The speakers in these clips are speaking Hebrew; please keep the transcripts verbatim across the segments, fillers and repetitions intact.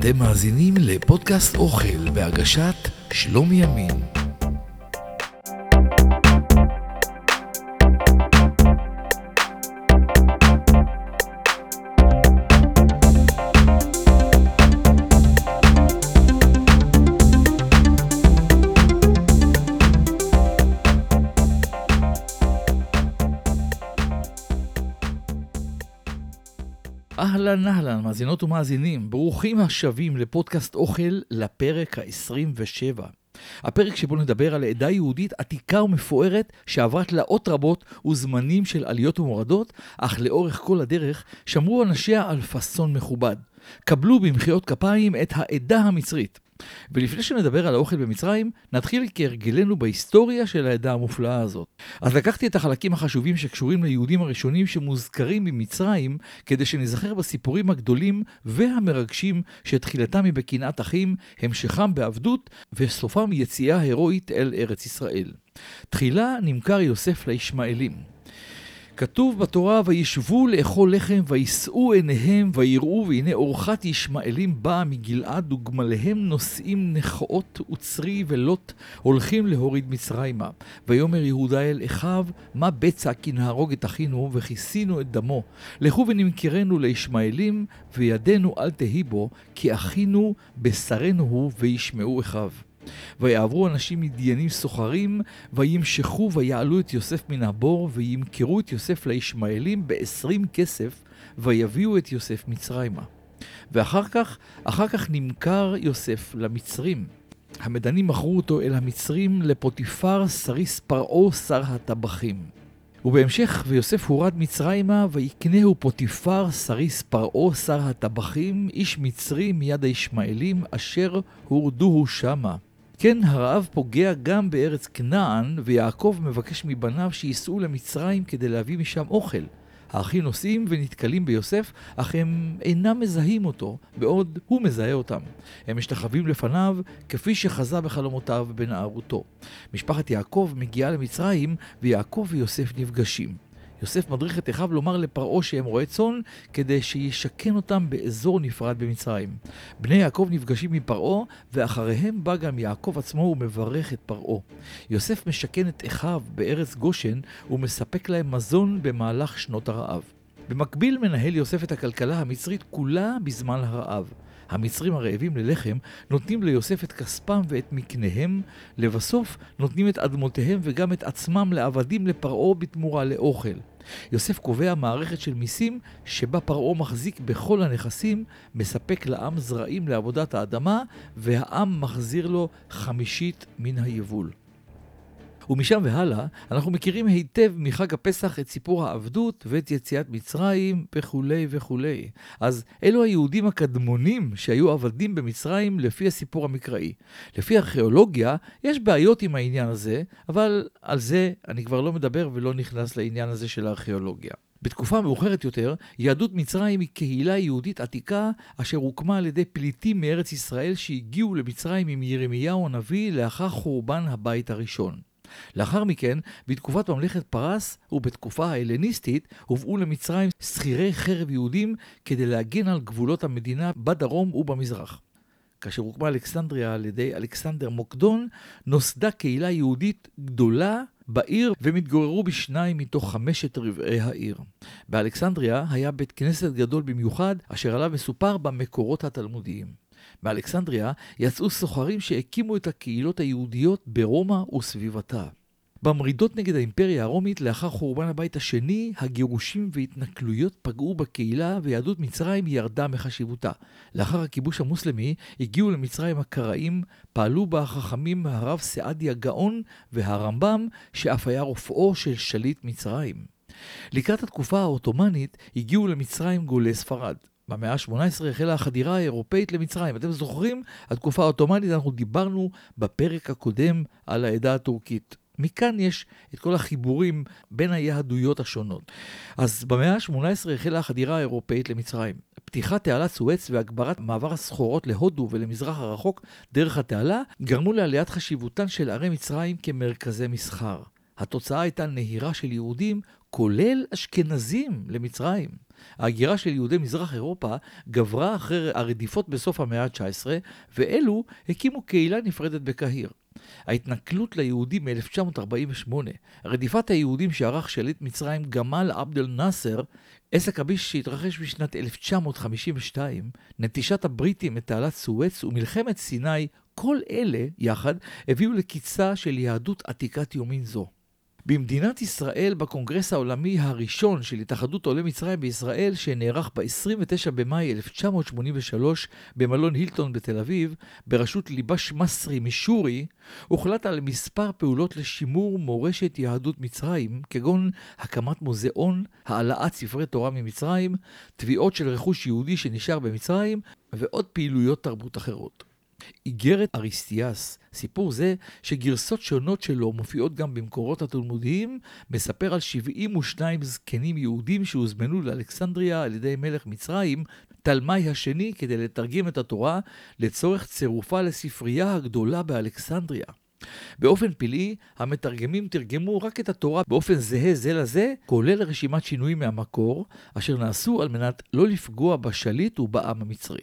אתם מאזינים לפודקאסט אוכל בהגשת שלומי ימין. אהלן אהלן, מאזינות ומאזינים, ברוכים השבים לפודקאסט אוכל לפרק ה-עשרים ושבע. הפרק שבו נדבר על עדה יהודית עתיקה ומפוארת שעברה תלאות רבות וזמנים של עליות ומורדות, אך לאורך כל הדרך שמרו אנשיה על פאסון מכובד. קבלו במחיאות כפיים את העדה המצרית. ולפני שנדבר על האוכל במצרים, נתחיל כהרגלנו בהיסטוריה של העדה המופלאה הזאת. אז לקחתי את החלקים החשובים שקשורים ליהודים הראשונים שמוזכרים במצרים, כדי שנזכר בסיפורים הגדולים והמרגשים שתחילתם היא בקנאת אחים, המשכם בעבדות וסופם יציאה הירואית אל ארץ ישראל. תחילה נמכר יוסף לישמעאלים. כתוב בתורה, וישבו לאכול לחם וישאו עיניהם ויראו, והנה אורחת ישמעאלים באה מגלעד וגמליהם נושאים נחאות וצרי ולוט הולכים להוריד מצרימה. ויאמר יהודה אל אחיו, מה בצע כי נהרוג את אחינו וכיסינו את דמו, לכו ונמכרנו לישמעאלים וידנו אל תהי בו, כי אחינו בשרנו הוא, וישמעו אחיו. ויעברו אנשים מדיינים סוחרים, וימשכו ויעלו את יוסף מן הבור, וימכרו את יוסף לישמעאלים בעשרים כסף, ויביאו את יוסף מצרימה. ואחר כך, אחר כך נמכר יוסף למצרים. המדנים מכרו אותו אל המצרים לפוטיפר סריס פרעה שר הטבחים. ובהמשך ויוסף הורד מצרימה, ויקנהו פוטיפר סריס פרעה שר הטבחים, איש מצרי מיד הישמעאלים אשר הורדוהו שמה. כן, הרעב פוגע גם בארץ כנען, ויעקב מבקש מבניו שיסעו למצרים כדי להביא משם אוכל. האחים נוסעים ונתקלים ביוסף, אך הם אינם מזהים אותו, בעוד הוא מזהה אותם. הם משתחווים לפניו כפי שחזה בחלומותיו בנערותו. משפחת יעקב מגיעה למצרים, ויעקב ויוסף נפגשים. יוסף מדריך את אחיו לומר לפרעה שהם רועי צאן, כדי שישכן אותם באזור נפרד במצרים. בני יעקב נפגשים מפרעה, ואחריהם בא גם יעקב עצמו ומברך את פרעה. יוסף משכן את אחיו בארץ גושן, ומספק להם מזון במהלך שנות הרעב. במקביל מנהל יוסף את הכלכלה המצרית כולה בזמן הרעב. המצרים הרעבים ללחם נותנים ליוסף את כספם ואת מקניהם, לבסוף נותנים את אדמותיהם וגם את עצמם לעבדים לפרעה בתמורה לאוכל. יוסף קובע מערכת של מיסים שבה פרעה מחזיק בכל הנכסים, מספק לעם זרעים לעבודת האדמה, והעם מחזיר לו חמישית מן היבול. ומשם והלאה אנחנו מכירים היטב מחג הפסח את סיפור העבדות ואת יציאת מצרים וכולי וכולי. אז אלו היהודים הקדמונים שהיו עבדים במצרים לפי הסיפור המקראי. לפי הארכיאולוגיה יש בעיות עם העניין הזה, אבל על זה אני כבר לא מדבר ולא נכנס לעניין הזה של הארכיאולוגיה. בתקופה מאוחרת יותר, יהדות מצרים היא קהילה יהודית עתיקה אשר הוקמה על ידי פליטים מארץ ישראל שהגיעו למצרים עם ירמיהו הנביא לאחר חורבן הבית הראשון. לאחר מכן, בתקופת ממלכת פרס ובתקופה ההלניסטית, הובאו למצרים שכירי חרב יהודים כדי להגן על גבולות המדינה בדרום ובמזרח. כאשר הוקמה אלכסנדריה על ידי אלכסנדר מוקדון, נוסדה קהילה יהודית גדולה בעיר ומתגוררו בשניים מתוך חמשת רבעי העיר. באלכסנדריה היה בית כנסת גדול במיוחד אשר עליו מסופר במקורות התלמודיים. מאלכסנדריה יצאו סוחרים שהקימו את הקהילות היהודיות ברומא וסביבתה. במרידות נגד האימפריה הרומית לאחר חורבן הבית השני, הגירושים והתנכלויות פגעו בקהילה ויהדות מצרים ירדה מחשיבותה. לאחר הכיבוש המוסלמי הגיעו למצרים הקראים, פעלו בה החכמים הרב סעדיה גאון והרמב"ם שאף היה רופאו של שליט מצרים. לקראת התקופה העות'מאנית הגיעו למצרים גולי ספרד. במאה ה-שמונה עשרה החלה החדירה האירופאית למצרים. אתם זוכרים? התקופה העות'מאנית, אנחנו דיברנו בפרק הקודם על העדה הטורקית. מכאן יש את כל החיבורים בין היהדויות השונות. אז במאה ה-שמונה עשרה החלה החדירה האירופאית למצרים. פתיחת תעלת סואץ והגברת מעבר הסחורות להודו ולמזרח הרחוק דרך התעלה גרמו לעליית חשיבותן של ערי מצרים כמרכזי מסחר. התוצאה הייתה נהירה של יהודים, כולל אשכנזים, למצרים. ההגירה של יהודי מזרח אירופה גברה אחרי הרדיפות בסוף המאה ה-תשע עשרה, ואלו הקימו קהילה נפרדת בקהיר. ההתנכלות ליהודים מ-אלף תשע מאות ארבעים ושמונה, רדיפת היהודים שערך שליט מצרים גמל עבד אל-נאצר, עסק הביש שהתרחש בשנת אלף תשע מאות חמישים ושתיים, נטישת הבריטים את תעלת סואץ ומלחמת סיני, כל אלה יחד הביאו לקיצה של יהדות עתיקת יומין זו. במדינת ישראל, בקונגרס העולמי הראשון של התאחדות עולי מצרים בישראל, שנערך ב-עשרים ותשעה במאי אלף תשע מאות שמונים ושלוש במלון הילטון בתל אביב, בראשות ליבש מסרי משורי, הוחלט על מספר פעולות לשימור מורשת יהדות מצרים, כגון הקמת מוזיאון, העלאת ספרי תורה ממצרים, תביעות של רכוש יהודי שנשאר במצרים, ועוד פעילויות תרבות אחרות. איגרת אריסטיאס, סיפור זה שגרסות שונות שלו מופיעות גם במקורות התלמודיים, מספר על שבעים ושניים זקנים יהודים שהוזמנו לאלכסנדריה על ידי מלך מצרים, תלמי השני, כדי לתרגם את התורה לצורך צירופה לספרייה הגדולה באלכסנדריה. באופן פלאי, המתרגמים תרגמו רק את התורה באופן זהה זה לזה, כולל רשימת שינויים מהמקור, אשר נעשו על מנת לא לפגוע בשליט ובעם המצרי.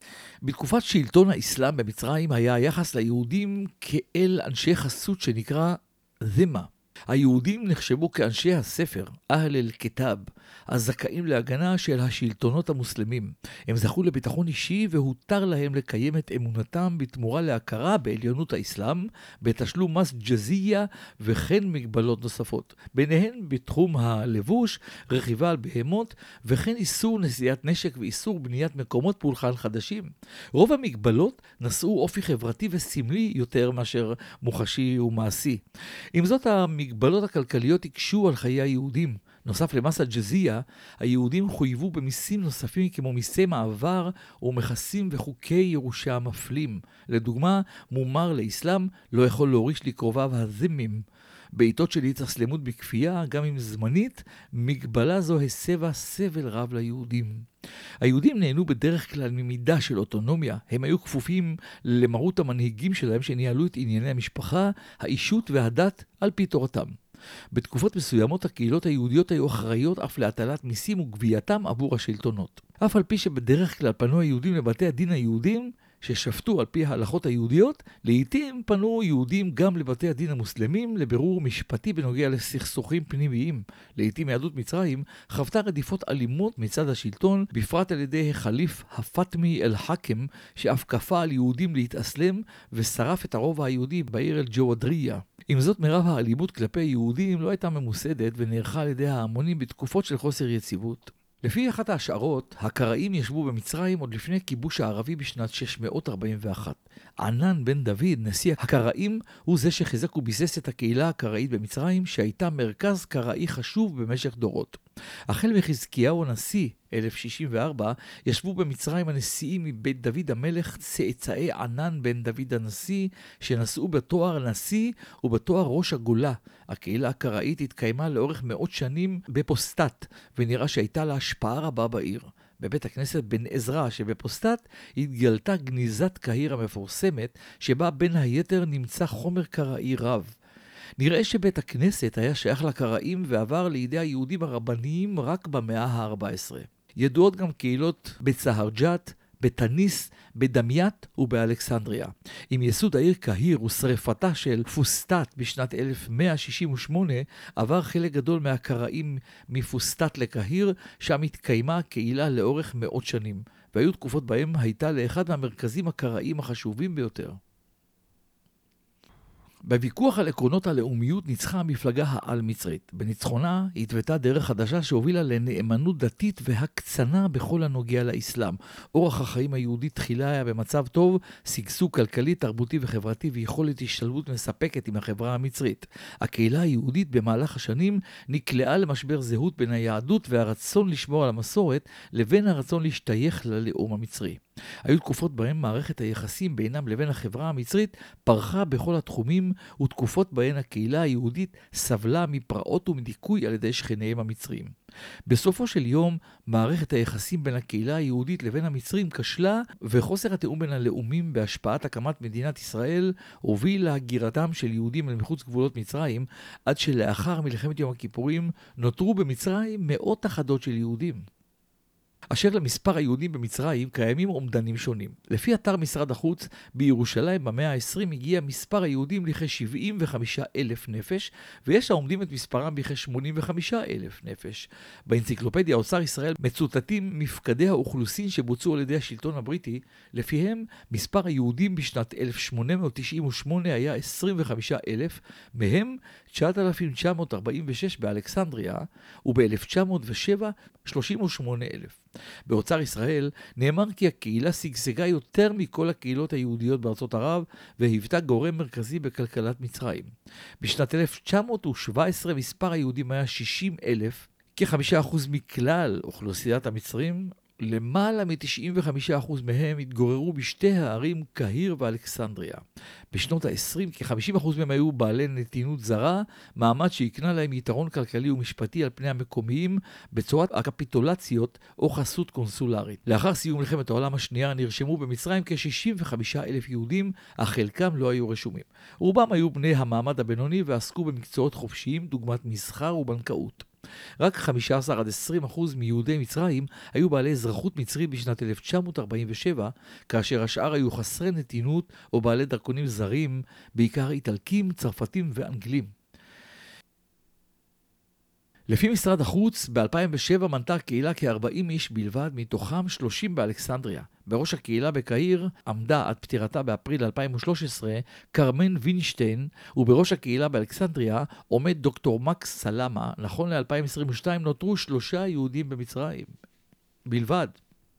בתקופת שלטון האסלאם במצרים היה היחס ליהודים כאל אנשי חסות שנקרא זמה. היהודים נחשבו כאנשי הספר, אהל אל-כתב, הזכאים להגנה של השלטונות המוסלמים. הם זכו לביטחון אישי והותר להם לקיים את אמונתם בתמורה להכרה בעליונות האסלאם, בתשלום מס ג'זייה וכן מגבלות נוספות. ביניהן בתחום הלבוש, רכיבה על בהמות וכן איסור נשיאת נשק ואיסור בניית מקומות פולחן חדשים. רוב המגבלות נשאו אופי חברתי וסמלי יותר מאשר מוחשי ומעשי. עם זאת, המגבלות הכלכליות הקשו על חיי היהודים. נוסף למס הג'זייה, היהודים חויבו במיסים נוספים כמו מיסי מעבר ומכסים וחוקי ירושה מפלים. לדוגמה, מומר לאסלאם לא יכול להוריש לקרוביו הזמים. בעיתות של התאסלמות בכפייה, גם אם זמנית, מגבלה זו הסבה סבל רב ליהודים. היהודים נהנו בדרך כלל ממידה של אוטונומיה. הם היו כפופים למרות המנהיגים שלהם שניהלו את ענייני המשפחה, האישות והדת על פי תורתם. בתקופות מסוימות הקהילות היהודיות היו אחראיות אף להטלת מיסים וגבייתם עבור השלטונות. אף על פי שבדרך כלל פנו היהודים לבתי הדין היהודים, ששפטו על פי ההלכות היהודיות, לעתים פנו יהודים גם לבתי הדין המוסלמים לבירור משפטי בנוגע לסכסוכים פנימיים. לעתים יהדות מצרים חוותה רדיפות אלימות מצד השלטון, בפרט על ידי החליף הפטמי אל-חכם, שאף כפה על יהודים להתאסלם ושרף את הרוב היהודי בעיר אל-ג'וודריה. עם זאת, מרב האלימות כלפי יהודים לא הייתה ממוסדת ונערכה על ידי ההמונים בתקופות של חוסר יציבות. לפי אחת ההשערות, הקראים ישבו במצרים עוד לפני כיבוש הערבי בשנת שש מאות ארבעים ואחת. ענן בן דוד, נשיא הקראים, הוא זה שחיזק וביסס את הקהילה הקראית במצרים, שהייתה מרכז קראי חשוב במשך דורות. החל מחזקיהו הנשיא, אלף שישים וארבע, ישבו במצרים הנשיאים מבית דוד המלך, צאצאי ענן בן דוד הנשיא, שנשאו בתואר נשיא ובתואר ראש הגולה. הקהילה הקראית התקיימה לאורך מאות שנים בפוסטט, ונראה שהייתה לה השפעה רבה בעיר. בבית הכנסת בן עזרא שבפוסטט התגלתה גניזת קהיר המפורסמת, שבה בין היתר נמצא חומר קראי רב. נראה שבית הכנסת היה שייך לקראים ועבר לידי היהודים הרבניים רק במאה ה-ארבע עשרה. ידועות גם קהילות בצהרג'ת, בתניס, בדמיית ובאלכסנדריה. עם יסוד העיר קהיר ושריפתה של פוסטט בשנת אלף מאה שישים ושמונה, עבר חלק גדול מהקראים מפוסטט לקהיר, שם התקיימה קהילה לאורך מאות שנים, והיו תקופות בהם הייתה לאחד מהמרכזים הקראים החשובים ביותר. בוויכוח על עקרונות הלאומיות ניצחה המפלגה העל-מצרית. בניצחונה התוותה דרך חדשה שהובילה לנאמנות דתית והקצנה בכל הנוגע לאסלאם. אורח החיים היהודי תחילה היה במצב טוב, שגשוג כלכלי, תרבותי וחברתי ויכולת השתלבות מספקת עם החברה המצרית. הקהילה היהודית במהלך השנים נקלעה למשבר זהות בין היהדות והרצון לשמור על המסורת לבין הרצון להשתייך ללאום המצרי. היו תקופות בהן מערכת היחסים בינם לבין החברה המצרית פרחה בכל התחומים, ותקופות בהן הקהילה היהודית סבלה מפרעות ומדיכוי על ידי שכניהם המצרים. בסופו של יום, מערכת היחסים בין הקהילה היהודית לבין המצרים כשלה, וחוסר התיאום בין הלאומים בהשפעת הקמת מדינת ישראל הוביל להגירתם של יהודים אל מחוץ גבולות מצרים, עד שלאחר מלחמת יום הכיפורים נותרו במצרים מאות אחדות של יהודים. אשר למספר היהודים במצרים קיימים אומדנים שונים. לפי אתר משרד החוץ, בירושלים במאה ה-עשרים הגיע מספר היהודים לכ-שבעים וחמישה אלף נפש, ויש העומדים את מספרם בכ-שמונים וחמישה אלף נפש. באנציקלופדיה אוצר ישראל מצוטטים מפקדי האוכלוסין שבוצעו על ידי השלטון הבריטי, לפיהם מספר היהודים בשנת אלף שמונה מאות תשעים ושמונה היה עשרים וחמישה אלף, מהם תשעת אלפים תשע מאות ארבעים ושש באלכסנדריה, וב-אלף תשע מאות ושבע שלושים ושמונה אלף. באוצר ישראל נאמר כי הקהילה שגשגה יותר מכל הקהילות היהודיות בארצות ערב, והיוותה גורם מרכזי בכלכלת מצרים. בשנת אלף תשע מאות שבע עשרה מספר היהודים היה שישים אלף, כ-חמישה אחוז מכלל אוכלוסיית המצרים. למעלה מ-תשעים וחמישה אחוז מהם התגוררו בשתי הערים קהיר ואלכסנדריה. בשנות ה-עשרים כ-חמישים אחוז מהם היו בעלי נתינות זרה, מעמד שהקנה להם יתרון כלכלי ומשפטי על פני המקומיים בצורת הקפיטולציות או חסות קונסולרית. לאחר סיום מלחמת העולם השנייה נרשמו במצרים כ-שישים וחמישה אלף יהודים, אך חלקם לא היו רשומים. רובם היו בני המעמד הבינוני ועסקו במקצועות חופשיים דוגמת מסחר ובנקאות. רק חמישה עשר עד עשרים אחוז מיהודי מצרים היו בעלי אזרחות מצרית בשנת אלף תשע מאות ארבעים ושבע, כאשר השאר היו חסרי נתינות או בעלי דרכונים זרים, בעיקר איטלקים, צרפתים ואנגלים. לפי משרד החוץ, ב-אלפיים ושבע מנתה קהילה כ-ארבעים איש בלבד, מתוכם שלושים באלכסנדריה. בראש הקהילה בקהיר עמדה עד פטירתה באפריל אלפיים ושלוש עשרה קרמן וינשטיין, ובראש הקהילה באלכסנדריה עומד דוקטור מקס סלמה. נכון ל-אלפיים עשרים ושתיים נותרו שלושה יהודים במצרים בלבד.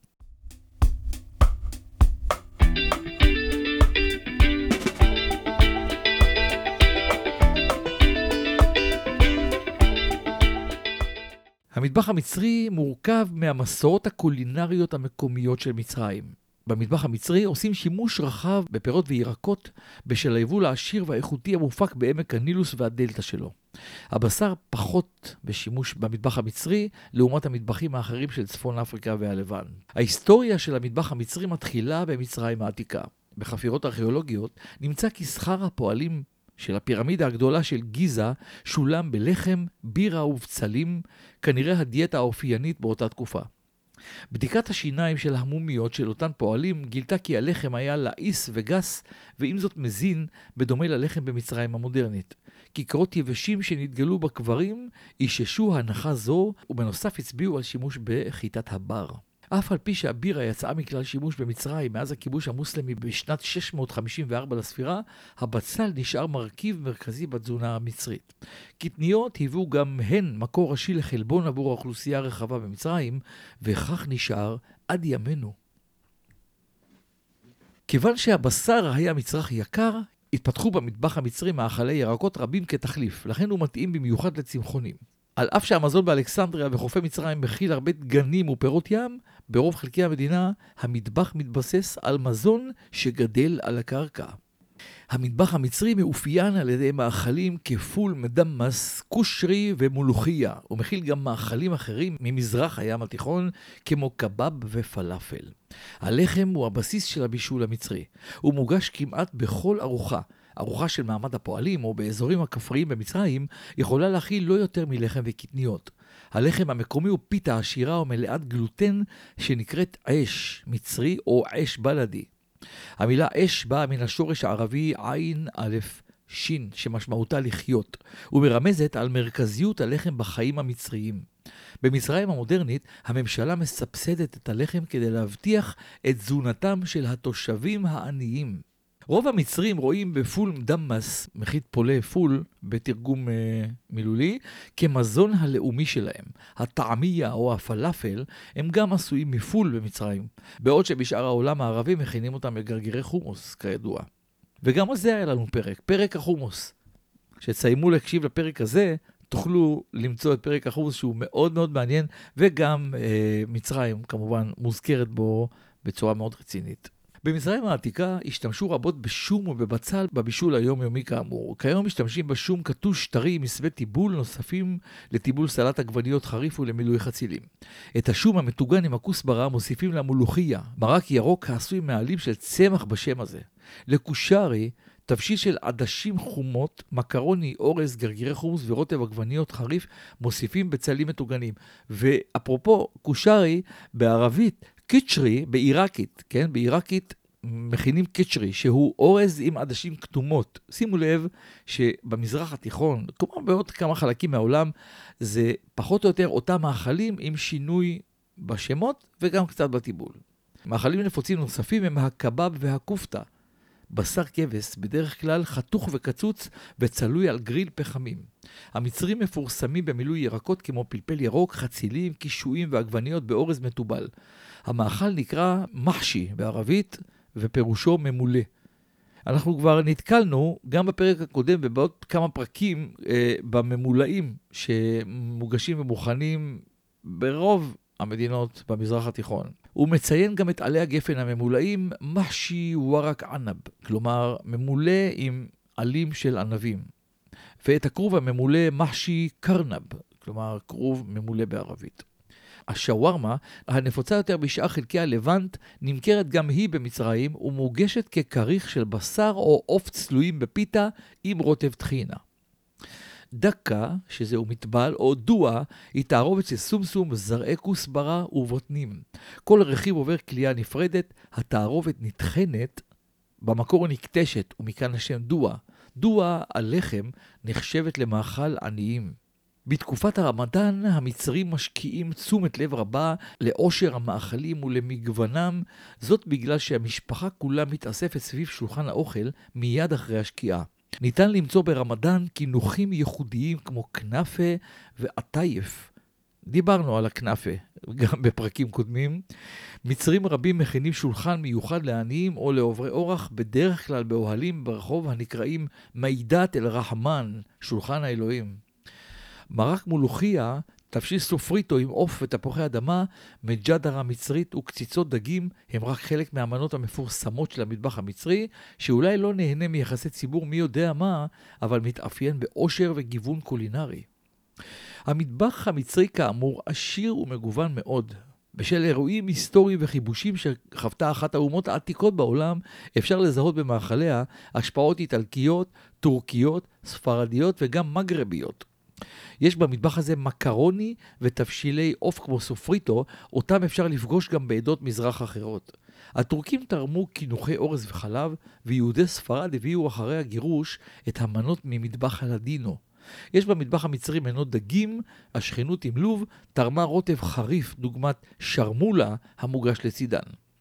המטבח המצרי מורכב מהמסורות הקולינריות המקומיות של מצרים. במטבח המצרי עושים שימוש רחב בפירות וירקות בשל היבול העשיר והאיכותי המופק בעמק הנילוס והדלטה שלו. הבשר פחות בשימוש במטבח המצרי לעומת המטבחים האחרים של צפון אפריקה והלבן. ההיסטוריה של המטבח המצרי מתחילה במצרים העתיקה. בחפירות ארכיאולוגיות נמצא כי שכר הפועלים של הפירמידה הגדולה של גיזה שולם בלחם, בירה ובצלים, כנראה הדיאטה האופיינית באותה תקופה. בדיקת השיניים של המומיות של אותן פועלים גילתה כי הלחם היה לעיס וגס, ועם זאת מזין בדומה ללחם במצרים המודרנית. כיכרות יבשים שנתגלו בקברים איששו הנחה זו, ובנוסף הצביעו על שימוש בחיטת הבר. אף על פי שהבירה יצאה מכלל שימוש במצרים מאז הכיבוש המוסלמי בשנת שש מאות חמישים וארבע לספירה, הבצל נשאר מרכיב מרכזי בתזונה המצרית. קטניות היוו גם הן מקור ראשי לחלבון עבור האוכלוסייה הרחבה במצרים, וכך נשאר עד ימינו. כיוון שהבשר היה מצרך יקר, התפתחו במטבח המצרי מאכלי ירקות רבים כתחליף, לכן הוא מתאים במיוחד לצמחונים. על אף שהמזון באלכסנדריה וחופי מצרים מכיל הרבה דגנים ופירות ים, ברוב חלקי המדינה המטבח מתבסס על מזון שגדל על הקרקע. המטבח המצרי מאופיין על ידי מאכלים כפול מדמס, קושרי ומולוכיה, ומכיל גם מאכלים אחרים ממזרח הים התיכון כמו קבב ופלאפל. הלחם הוא הבסיס של הבישול המצרי. הוא מוגש כמעט בכל ארוחה. ארוחה של מעמד הפועלים או באזורים הכפריים במצרים יכולה להכיל לא יותר מלחם וקטניות. הלחם המקומי הוא פיתה עשירה ומלאת גלוטן שנקראת עש מצרי או עש בלדי. המילה עש באה מן השורש הערבי עין א' שין שמשמעותה לחיות, ומרמזת על מרכזיות הלחם בחיים המצריים. במצרים המודרנית הממשלה מסבסדת את הלחם כדי להבטיח את תזונתם של התושבים העניים. רוב המצרים רואים בפול מדמס, מחית פולה פול בתרגום אה, מילולי, כמזון הלאומי שלהם. הטעמיה או הפלאפל הם גם עשויים מפול במצרים, בעוד שבשאר העולם הערבי מכינים אותם בגרגירי חומוס, כידוע. וגם על זה היה לנו פרק, פרק החומוס. כשתסיימו להקשיב לפרק הזה, תוכלו למצוא את פרק החומוס שהוא מאוד מאוד מעניין, וגם אה, מצרים כמובן מוזכרת בו בצורה מאוד רצינית. במצרים העתיקה השתמשו רבות בשום ובבצל בבישול היומיומי כאמור. כיום משתמשים בשום קטוש טרי מסווה טיבול נוספים לטיבול סלט עגבניות חריף ולמילוי חצילים. את השום המטוגן עם הכוסברה מוסיפים למולוכיה, מרק ירוק העשוי מעלים של צמח בשם הזה. לקושרי, תבשיל של עדשים חומות, מקרוני, אורז, גרגירי חומוס ורוטב עגבניות חריף, מוסיפים בצלים מטוגנים. ואפרופו, קושרי בערבית, קיצ'רי בעיראקית, כן? בעיראקית מכינים קיצ'רי, שהוא אורז עם עדשים כתומות. שימו לב שבמזרח התיכון, כמו בעוד כמה חלקים מהעולם, זה פחות או יותר אותם מאכלים עם שינוי בשמות וגם קצת בטיבול. מאכלים נפוצים נוספים הם הקבב והכופתה. בשר כבש, בדרך כלל חתוך וקצוץ וצלוי על גריל פחמים. המצרים מפורסמים במילוי ירקות כמו פלפל ירוק, חצילים, קישואים ועגבניות באורז מטובל. המאכל נקרא מחשי בערבית ופירושו ממולא. אנחנו כבר נתקלנו גם בפרק הקודם ובעוד כמה פרקים אה, בממולאים שמוגשים ומוכנים ברוב המדינות במזרח התיכון. הוא מציין גם את עלי הגפן הממולאים מחשי ורק ענב, כלומר ממולא עם עלים של ענבים. ואת הכרוב הממולא מחשי קרנב, כלומר כרוב ממולא בערבית. השווארמה, הנפוצה יותר בשאר חלקי הלבנט, נמכרת גם היא במצרים ומוגשת ככריך של בשר או עוף צלויים בפיתה עם רוטב טחינה. דקה, שזהו מטבל, או דואה, היא תערובת של סומסום, זרעי כוסברה ובוטנים. כל רכיב עובר כלייה נפרדת, התערובת נטחנת, במקור נקטשת, ומכאן השם דואה. דואה, הלחם, נחשבת למאכל עניים. בתקופת הרמדאן, המצרים משקיעים תשומת לב רבה לעושר המאכלים ולמגוונם, זאת בגלל שהמשפחה כולה מתאספת סביב שולחן האוכל מיד אחרי השקיעה. ניתן למצוא ברמדאן כינוחים ייחודיים כמו כנפה ועטייף. דיברנו על הכנפה גם בפרקים קודמים. מצרים רבים מכינים שולחן מיוחד לעניים או לעוברי אורח, בדרך כלל באוהלים ברחוב הנקראים מידת אל רחמן, שולחן האלוהים. מרק מולוכיה, תבשיל סופריטו עם עוף ותפוחי אדמה, מג'דרה מצרית וקציצות דגים הם רק חלק מהמנות המפורסמות של המטבח המצרי, שאולי לא נהנה מיחסי ציבור מי יודע מה, אבל מתאפיין באושר וגיוון קולינרי. המטבח המצרי כאמור עשיר ומגוון מאוד. בשל אירועים היסטוריים וחיבושים שחוותה אחת האומות העתיקות בעולם, אפשר לזהות במאכליה השפעות איטלקיות, טורקיות, ספרדיות וגם מגרביות. יש במטבח הזה מקרוני ותבשילי עוף כמו סופריטו, אותם אפשר לפגוש גם בעדות מזרח אחרות. הטורקים תרמו כינוחי אורז וחלב, ויהודי ספרד הביאו אחרי הגירוש את המנות ממטבח הלדינו. יש במטבח המצרי מנות דגים, השכנות עם לוב תרמה רוטב חריף דוגמת שרמולה המוגש לצידן.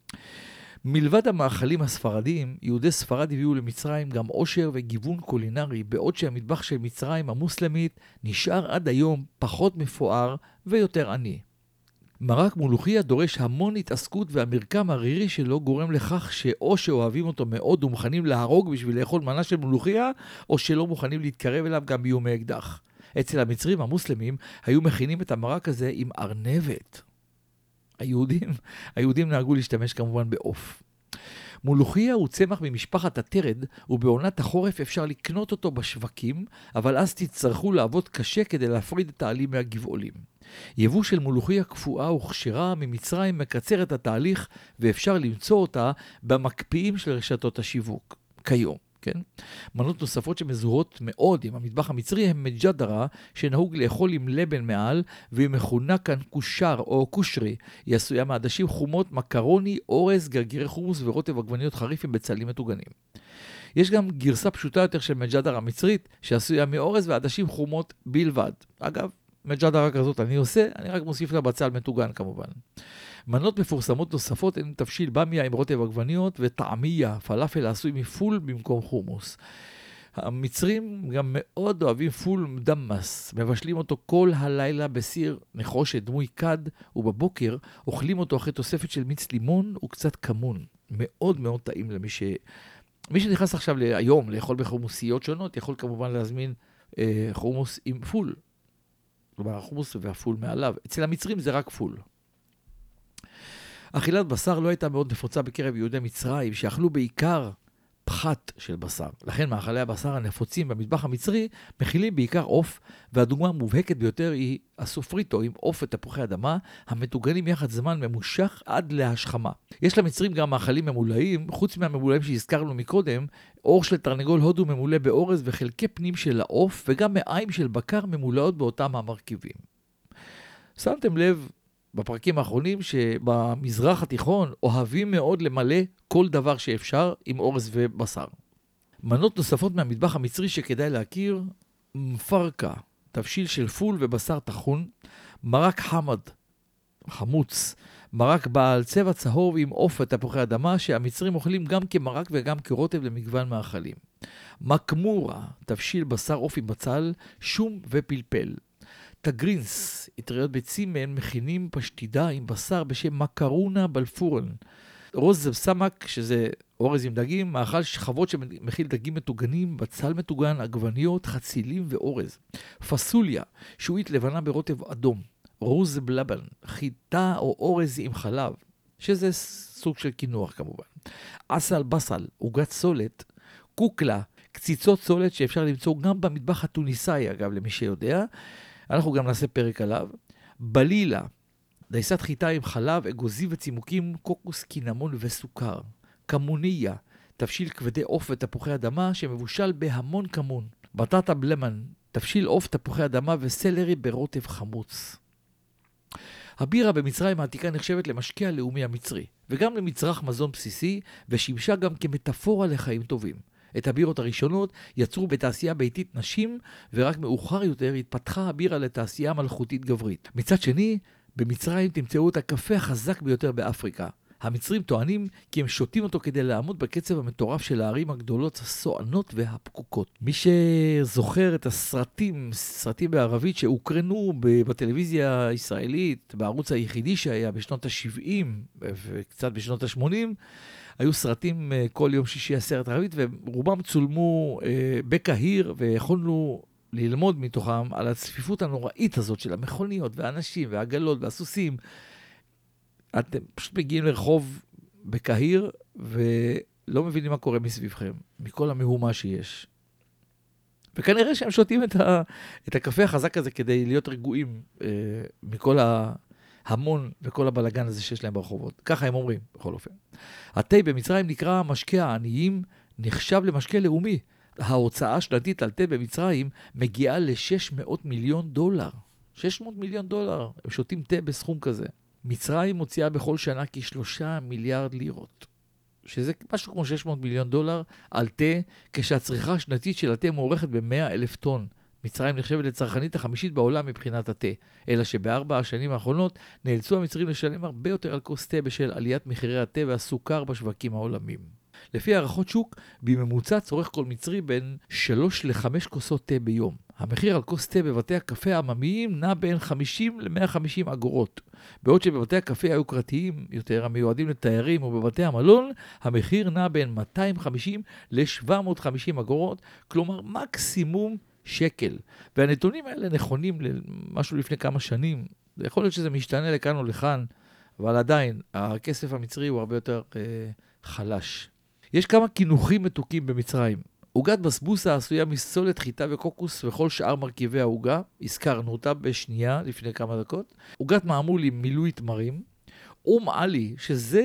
מלבד המאכלים הספרדיים, יהודי ספרד הביאו למצרים גם עושר וגיוון קולינרי, בעוד שהמטבח של מצרים המוסלמית נשאר עד היום פחות מפואר ויותר עני. מרק מולוכיה דורש המון התעסקות, והמרקם הרירי שלו גורם לכך שאו שאוהבים אותו מאוד ומוכנים להרוג בשביל לאכול מנה של מולוכיה, או שלא מוכנים להתקרב אליו גם ביומי אקדח. אצל המצרים המוסלמים היו מכינים את המרק הזה עם ארנבת. היהודים, היהודים נהגו להשתמש כמובן בעוף. מולוכיה הוא צמח ממשפחת הטרד, ובעונת החורף אפשר לקנות אותו בשווקים, אבל אז תצטרכו לעבוד קשה כדי להפריד את העלים מהגבעולים. יבוא של מולוכיה קפואה וכשרה ממצרים מקצר את התהליך, ואפשר למצוא אותה במקפיאים של רשתות השיווק. כיום, כן? מנות נוספות שמזוהות מאוד עם המטבח המצרי הם מג'דרה, שנהוג לאכול עם לבן מעל, והיא מכונה כאן קושר או קושרי. היא עשויה מעדשים חומות, מקרוני, אורז, גרגירי חומוס ורוטב עגבניות חריף עם בצלים מטוגנים. יש גם גרסה פשוטה יותר של מג'דרה המצרית, שעשויה מאורז ועדשים חומות בלבד. אגב, מג'דרה כזאת אני עושה, אני רק מוסיף לה בצל מטוגן כמובן. מנות מפורסמות נוספות הן תבשיל במיה עם רוטב עגבניות וטעמיה, פלאפל עשוי מפול במקום חומוס. המצרים גם מאוד אוהבים פול מדמס, מבשלים אותו כל הלילה בסיר נחושת דמוי כד, ובבוקר אוכלים אותו אחרי תוספת של מיץ לימון וקצת כמון. מאוד מאוד טעים למי ש... מי שנכנס עכשיו היום לאכול בחומוסיות שונות, יכול כמובן להזמין אה, חומוס עם פול. כלומר, החומוס והפול מעליו. אצל המצרים זה רק פול. אכילת בשר לא הייתה מאוד נפוצה בקרב יהודי מצרים, שאכלו בעיקר פחת של בשר. לכן מאכלי הבשר הנפוצים במטבח המצרי מכילים בעיקר עוף, והדוגמה המובהקת ביותר היא הסופריטו עם עוף ותפוחי אדמה, המטוגנים יחד זמן ממושך עד להשחמה. יש למצרים גם מאכלים ממולאים, חוץ מהממולאים שהזכרנו מקודם, אור של תרנגול הודו ממולא באורז וחלקי פנים של העוף, וגם מעיים של בקר ממולאות באותם המרכיבים. שמתם לב בפרקים האחרונים שבמזרח התיכון אוהבים מאוד למלא כל דבר שאפשר עם אורז ובשר. מנות נוספות מהמטבח המצרי שכדאי להכיר, מפרקה, תבשיל של פול ובשר טחון, מרק חמד, חמוץ, מרק בעל צבע צהוב עם עוף ותפוחי אדמה שהמצרים אוכלים גם כמרק וגם כרוטב למגוון מאכלים. מקמורה, תבשיל בשר עוף עם בצל, שום ופלפל. תגרינס, יטריות ביצים מהן מכינים פשטידה עם בשר בשם מקרונה בלפורן. רוז סמק, שזה אורז עם דגים, מאכל שכבות שמכיל דגים מטוגנים, בצל מטוגן, עגבניות, חצילים ואורז. פסוליה, שועית לבנה ברוטב אדום. רוז בלבן, חיטה או אורז עם חלב, שזה סוג של קינוח כמובן. אסל בסל, עוגת סולת. קוקלה, קציצות סולת שאפשר למצוא גם במטבח התוניסאי, אגב, למי שיודע. אנחנו גם נעשה פרק עליו. בלילה, דייסת חיטה עם חלב, אגוזי וצימוקים, קוקוס, קינמון וסוכר. קמוניה, תבשיל כבדי עוף ותפוחי אדמה שמבושל בהמון כמון. בטטה בלמן, תבשיל עוף, תפוחי אדמה וסלרי ברוטב חמוץ. הבירה במצרים העתיקה נחשבת למשקה הלאומי המצרי, וגם למצרך מזון בסיסי, ושימשה גם כמטאפורה לחיים טובים. את הבירות הראשונות יצרו בתעשייה ביתית נשים, ורק מאוחר יותר התפתחה הבירה לתעשייה מלכותית גברית. מצד שני, במצרים תמצאו את הקפה החזק ביותר באפריקה. המצרים טוענים כי הם שותים אותו כדי לעמוד בקצב המטורף של הערים הגדולות, הסוענות והפקוקות. מי שזוכר את הסרטים, סרטים בערבית שהוקרנו בטלוויזיה הישראלית, בערוץ היחידי שהיה בשנות ה-שבעים וקצת בשנות ה-שמונים, היו סרטים כל יום שישי הסרט ערבית, ורובם צולמו בקהיר, ויכולנו ללמוד מתוכם על הצפיפות הנוראית הזאת של המכוניות והאנשים והעגלות והסוסים. אתם פשוט מגיעים לרחוב בקהיר ולא מבינים מה קורה מסביבכם, מכל המהומה שיש. וכנראה שהם שותים את, ה, את הקפה החזק הזה כדי להיות רגועים אה, מכל ההמון וכל הבלגן הזה שיש להם ברחובות. ככה הם אומרים, בכל אופן. התה במצרים נקרא משקה העניים, נחשב למשקה לאומי. ההוצאה השנתית על תה במצרים מגיעה ל-שש מאות מיליון דולר. שש מאות מיליון דולר, הם שותים תה בסכום כזה. מצרים מוציאה בכל שנה כשלושה מיליארד לירות, שזה משהו כמו שש מאות מיליון דולר על תה, כשהצריכה השנתית של התה מוערכת ב-מאה אלף טון. מצרים נחשבת לצרכנית החמישית בעולם מבחינת התה, אלא שבארבע השנים האחרונות נאלצו המצרים לשלם הרבה יותר על כוס תה בשל עליית מחירי התה והסוכר בשווקים העולמיים. לפי הערכות שוק, בממוצע צורך כל מצרי בין שלוש לחמש כוסות תה ביום. המחיר על כוס תה בבתי הקפה העממיים נע בין חמישים למאה וחמישים אגורות. בעוד שבבתי הקפה היוקרתיים יותר המיועדים לתיירים ובבתי המלון, המחיר נע בין מאתיים וחמישים ל-שבע מאות וחמישים אגורות, כלומר מקסימום שקל. והנתונים האלה נכונים למשהו לפני כמה שנים. יכול להיות שזה משתנה לכאן או לכאן, אבל עדיין הכסף המצרי הוא הרבה יותר אה, חלש. יש כמה כינוחים מתוקים במצרים. עוגת בסבוסה עשויה מסולת, חיטה וקוקוס וכל שאר מרכיבי העוגה. הזכרנו אותה בשנייה לפני כמה דקות. עוגת מעמול עם מילוי תמרים. אום עלי, שזה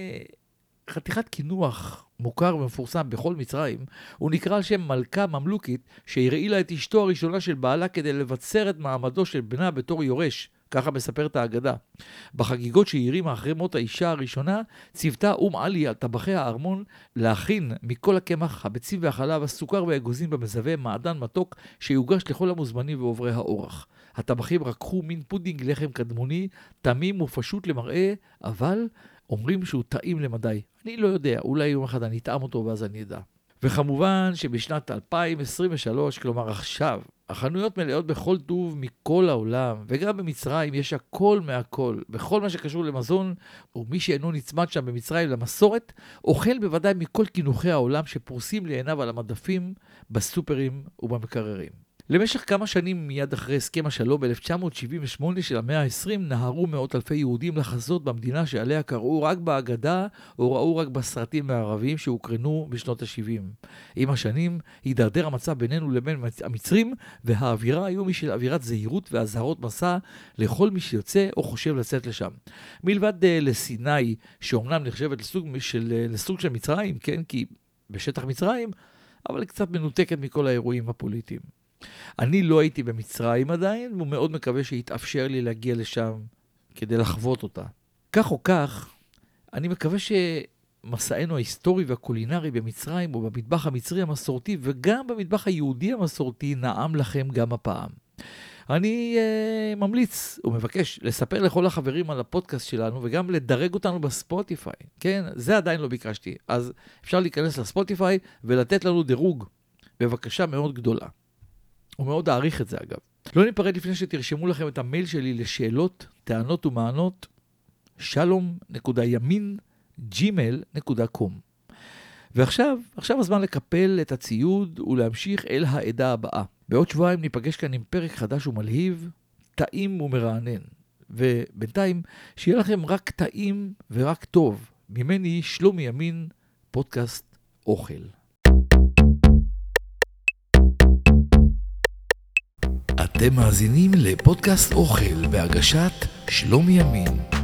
חתיכת כינוח מוכר ומפורסם בכל מצרים, הוא נקרא על שם מלכה ממלוכית שהרעילה את אשתו הראשונה של בעלה כדי לבצר את מעמדו של בנה בתור יורש. ככה מספרת האגדה. בחגיגות שהרימה אחרי מות האישה הראשונה, ציוותה אום עלי על טבחי הארמון להכין מכל הקמח, הביצים והחלב, הסוכר והאגוזים במזווה מעדן מתוק שיוגש לכל המוזמנים ועוברי האורח. הטבחים רקחו מין פודינג לחם קדמוני, תמים ופשוט למראה, אבל אומרים שהוא טעים למדי. אני לא יודע, אולי יום אחד אני אטעם אותו ואז אני אדע. וכמובן שבשנת אלפיים עשרים ושלוש, כלומר עכשיו, החנויות מלאות בכל טוב מכל העולם, וגם במצרים יש הכל מהכל, בכל מה שקשור למזון, ומי שאינו נצמד שם במצרים למסורת, אוכל בוודאי מכל כינוחי העולם שפורסים לעיניו על המדפים, בסופרים ובמקררים. למשך כמה שנים מיד אחרי הסכם השלום ב-אלף תשע מאות שבעים ושמונה של המאה ה-עשרים נהרו מאות אלפי יהודים לחזות במדינה שעליה קראו רק באגדה או ראו רק בסרטים הערביים שהוקרנו בשנות ה-שבעים. עם השנים הידרדר המצב בינינו לבין המצרים והאווירה היומי של אווירת זהירות והזהרות מסע לכל מי שיוצא או חושב לצאת לשם. מלבד לסיני שאומנם נחשבת לסוג של, לסוג של מצרים, כן? כי בשטח מצרים, אבל קצת מנותקת מכל האירועים הפוליטיים. אני לא הייתי במצרים עדיין, ומאוד מקווה שיתאפשר לי להגיע לשם כדי לחוות אותה. כך או כך, אני מקווה שמסענו ההיסטורי והקולינרי במצרים או במטבח המצרי המסורתי וגם במטבח היהודי המסורתי נעם לכם גם הפעם. אני uh, ממליץ ומבקש לספר לכל החברים על הפודקאסט שלנו וגם לדרג אותנו בספוטיפיי. כן, זה עדיין לא ביקשתי. אז אפשר להיכנס לספוטיפיי ולתת לנו דירוג. בבקשה מאוד גדולה. ומאוד אעריך את זה אגב. לא ניפרד לפני שתרשמו לכם את המייל שלי לשאלות, טענות ומענות שלום נקודה ימין ג'ימייל נקודה קום. ועכשיו, עכשיו הזמן לקפל את הציוד ולהמשיך אל העדה הבאה. בעוד שבועיים ניפגש כאן עם פרק חדש ומלהיב, טעים ומרענן. ובינתיים, שיהיה לכם רק טעים ורק טוב. ממני שלומי ימין, פודקאסט אוכל. אתם מאזינים לפודקאסט אוכל בהגשת שלומי ימין.